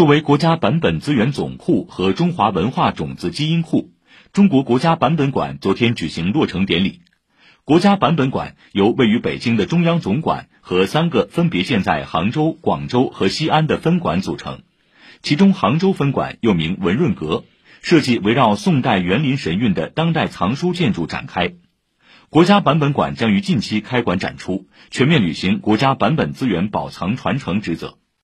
作为国家版本资源总库和中华文化种子基因库，中国国家版本馆昨天举行落成典礼。国家版本馆由位于北京的中央总馆和3个分别建在杭州、广州和西安的分馆组成，其中杭州分馆又名文润阁，设计围绕宋代园林神韵的当代藏书建筑展开。国家版本馆将于近期开馆展出，全面履行国家版本资源保藏传承职责。